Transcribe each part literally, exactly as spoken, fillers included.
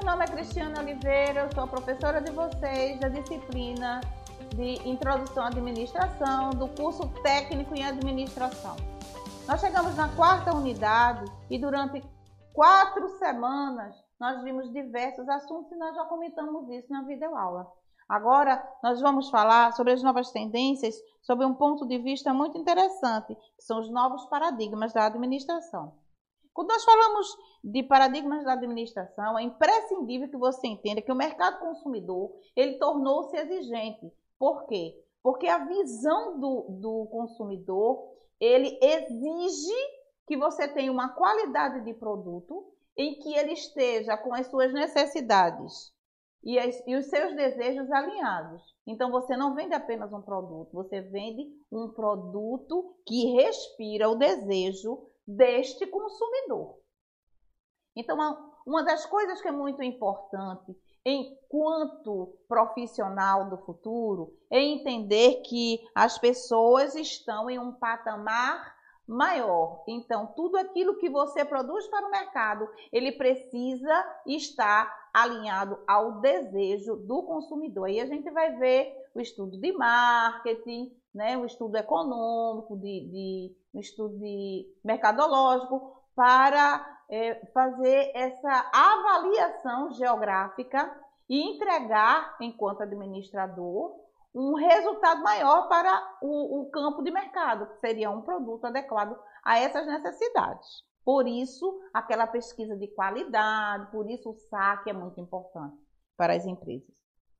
nome é Cristiana Oliveira, eu sou a professora de vocês da disciplina de Introdução à Administração do curso Técnico em Administração. Nós chegamos na quarta unidade e durante quatro semanas nós vimos diversos assuntos e nós já comentamos isso na videoaula. Agora nós vamos falar sobre as novas tendências, sobre um ponto de vista muito interessante, que são os novos paradigmas da administração. Quando nós falamos de paradigmas da administração, é imprescindível que você entenda que o mercado consumidor ele tornou-se exigente. Por quê? Porque a visão do, do consumidor ele exige que você tenha uma qualidade de produto em que ele esteja com as suas necessidades e, as, e os seus desejos alinhados. Então, você não vende apenas um produto, você vende um produto que respira o desejo deste consumidor. Então, uma das coisas que é muito importante enquanto profissional do futuro é entender que as pessoas estão em um patamar maior. Então, tudo aquilo que você produz para o mercado, ele precisa estar alinhado ao desejo do consumidor. Aí a gente vai ver o estudo de marketing, né, o estudo econômico, de, de, o estudo de mercadológico, para é, fazer essa avaliação geográfica e entregar, enquanto administrador, um resultado maior para o, o campo de mercado, que seria um produto adequado a essas necessidades. Por isso, aquela pesquisa de qualidade, por isso o saque é muito importante para as empresas.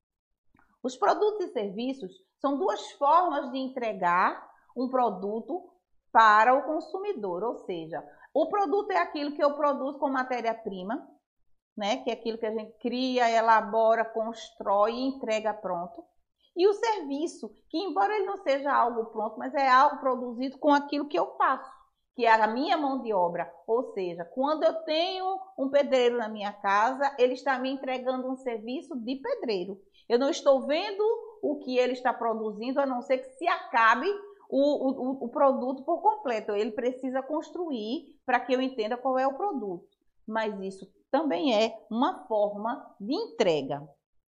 Os produtos e serviços são duas formas de entregar um produto para o consumidor, ou seja, o produto é aquilo que eu produzo com matéria-prima, né, que é aquilo que a gente cria, elabora, constrói e entrega pronto. E o serviço, que embora ele não seja algo pronto, mas é algo produzido com aquilo que eu faço, que é a minha mão de obra. Ou seja, quando eu tenho um pedreiro na minha casa, ele está me entregando um serviço de pedreiro. Eu não estou vendo o que ele está produzindo, a não ser que se acabe o, o, o produto por completo. Ele precisa construir para que eu entenda qual é o produto. Mas isso também é uma forma de entrega.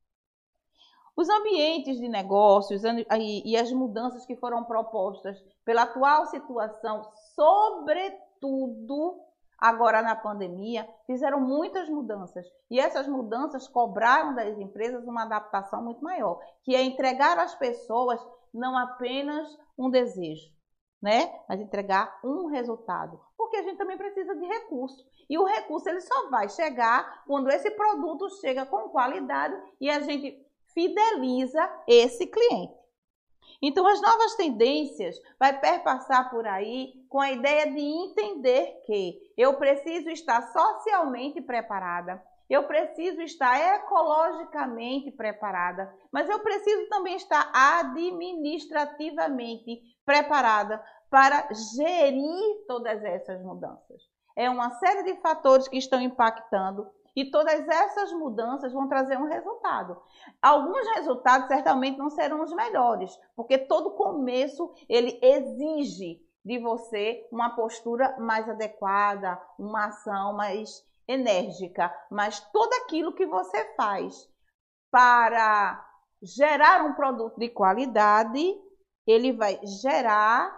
Os ambientes de negócios e as mudanças que foram propostas pela atual situação, sobretudo agora na pandemia, fizeram muitas mudanças. E essas mudanças cobraram das empresas uma adaptação muito maior, que é entregar às pessoas não apenas um desejo, né? Mas entregar um resultado. Porque a gente também precisa de recurso. E o recurso ele só vai chegar quando esse produto chega com qualidade e a gente fideliza esse cliente. Então, as novas tendências vai perpassar por aí com a ideia de entender que eu preciso estar socialmente preparada, eu preciso estar ecologicamente preparada, mas eu preciso também estar administrativamente preparada para gerir todas essas mudanças. É uma série de fatores que estão impactando e todas essas mudanças vão trazer um resultado. Alguns resultados certamente não serão os melhores, porque todo começo ele exige de você uma postura mais adequada, uma ação mais enérgica. Mas tudo aquilo que você faz para gerar um produto de qualidade, ele vai gerar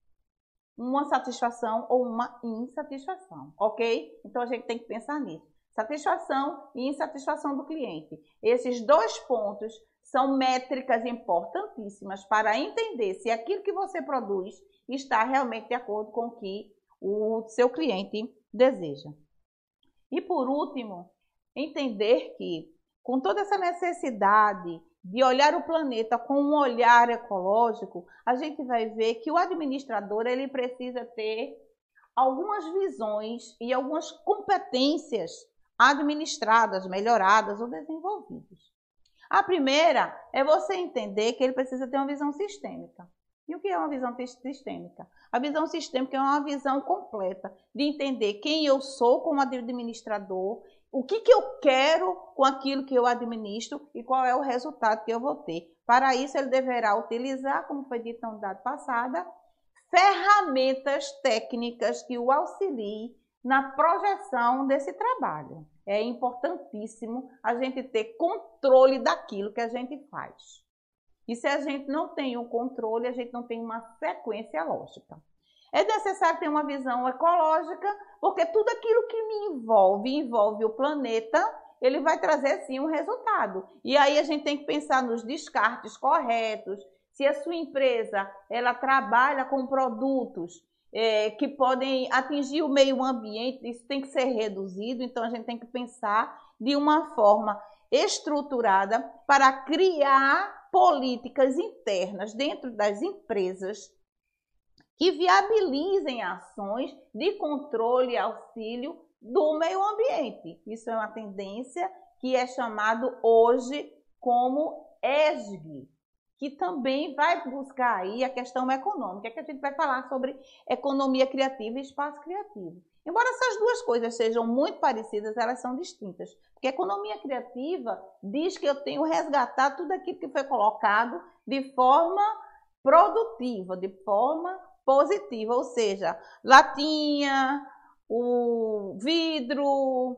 uma satisfação ou uma insatisfação, ok? Então a gente tem que pensar nisso. Satisfação e insatisfação do cliente. Esses dois pontos são métricas importantíssimas para entender se aquilo que você produz está realmente de acordo com o que o seu cliente deseja. E por último, entender que com toda essa necessidade de olhar o planeta com um olhar ecológico, a gente vai ver que o administrador ele precisa ter algumas visões e algumas competências administradas, melhoradas ou desenvolvidas. A primeira é você entender que ele precisa ter uma visão sistêmica. E o que é uma visão sistêmica? A visão sistêmica é uma visão completa de entender quem eu sou como administrador, o que, que eu quero com aquilo que eu administro e qual é o resultado que eu vou ter. Para isso, ele deverá utilizar, como foi dito na unidade passada, ferramentas técnicas que o auxiliem na projeção desse trabalho. É importantíssimo a gente ter controle daquilo que a gente faz. E se a gente não tem o controle, a gente não tem uma sequência lógica. É necessário ter uma visão ecológica, porque tudo aquilo que me envolve, envolve o planeta, ele vai trazer sim um resultado. E aí a gente tem que pensar nos descartes corretos. Se a sua empresa ela trabalha com produtos é, que podem atingir o meio ambiente, isso tem que ser reduzido. Então a gente tem que pensar de uma forma estruturada para criar políticas internas dentro das empresas que viabilizem ações de controle e auxílio do meio ambiente. Isso é uma tendência que é chamado hoje como E S G, que também vai buscar aí a questão econômica, que a gente vai falar sobre economia criativa e espaço criativo. Embora essas duas coisas sejam muito parecidas, elas são distintas. Porque a economia criativa diz que eu tenho que resgatar tudo aquilo que foi colocado de forma produtiva, de forma positiva, ou seja, latinha, o vidro,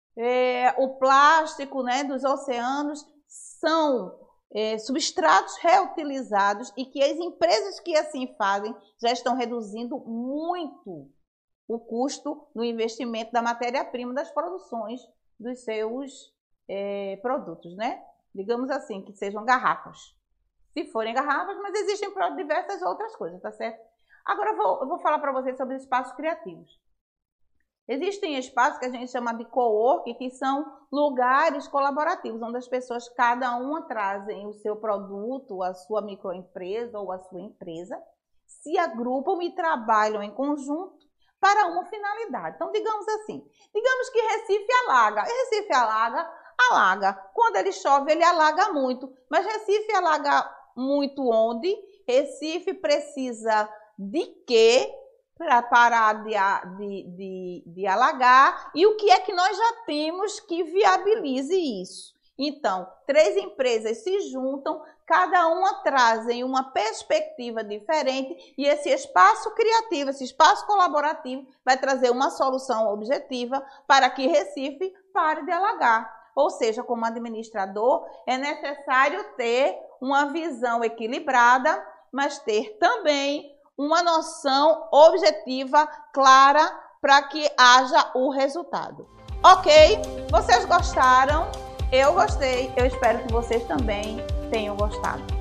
é, o plástico, né, dos oceanos, são é, substratos reutilizados e que as empresas que assim fazem já estão reduzindo muito o custo no investimento da matéria-prima das produções dos seus é, produtos, né? Digamos assim, que sejam garrafas. Se forem garrafas, mas existem para diversas outras coisas, tá certo? Agora eu vou, eu vou falar para vocês sobre espaços criativos. Existem espaços que a gente chama de co-work, que são lugares colaborativos, onde as pessoas, cada uma, trazem o seu produto, a sua microempresa ou a sua empresa, se agrupam e trabalham em conjunto para uma finalidade. Então, digamos assim, digamos que Recife alaga. E Recife alaga, alaga. Quando ele chove, ele alaga muito. Mas Recife alaga muito onde? Recife precisa de quê para parar de, de, de, de alagar? E o que é que nós já temos que viabilize isso? Então, três empresas se juntam, cada uma trazem uma perspectiva diferente e esse espaço criativo, esse espaço colaborativo vai trazer uma solução objetiva para que Recife pare de alagar. Ou seja, como administrador, é necessário ter uma visão equilibrada, mas ter também uma noção objetiva, clara, para que haja o resultado. Ok? Vocês gostaram? Eu gostei, eu espero que vocês também tenham gostado.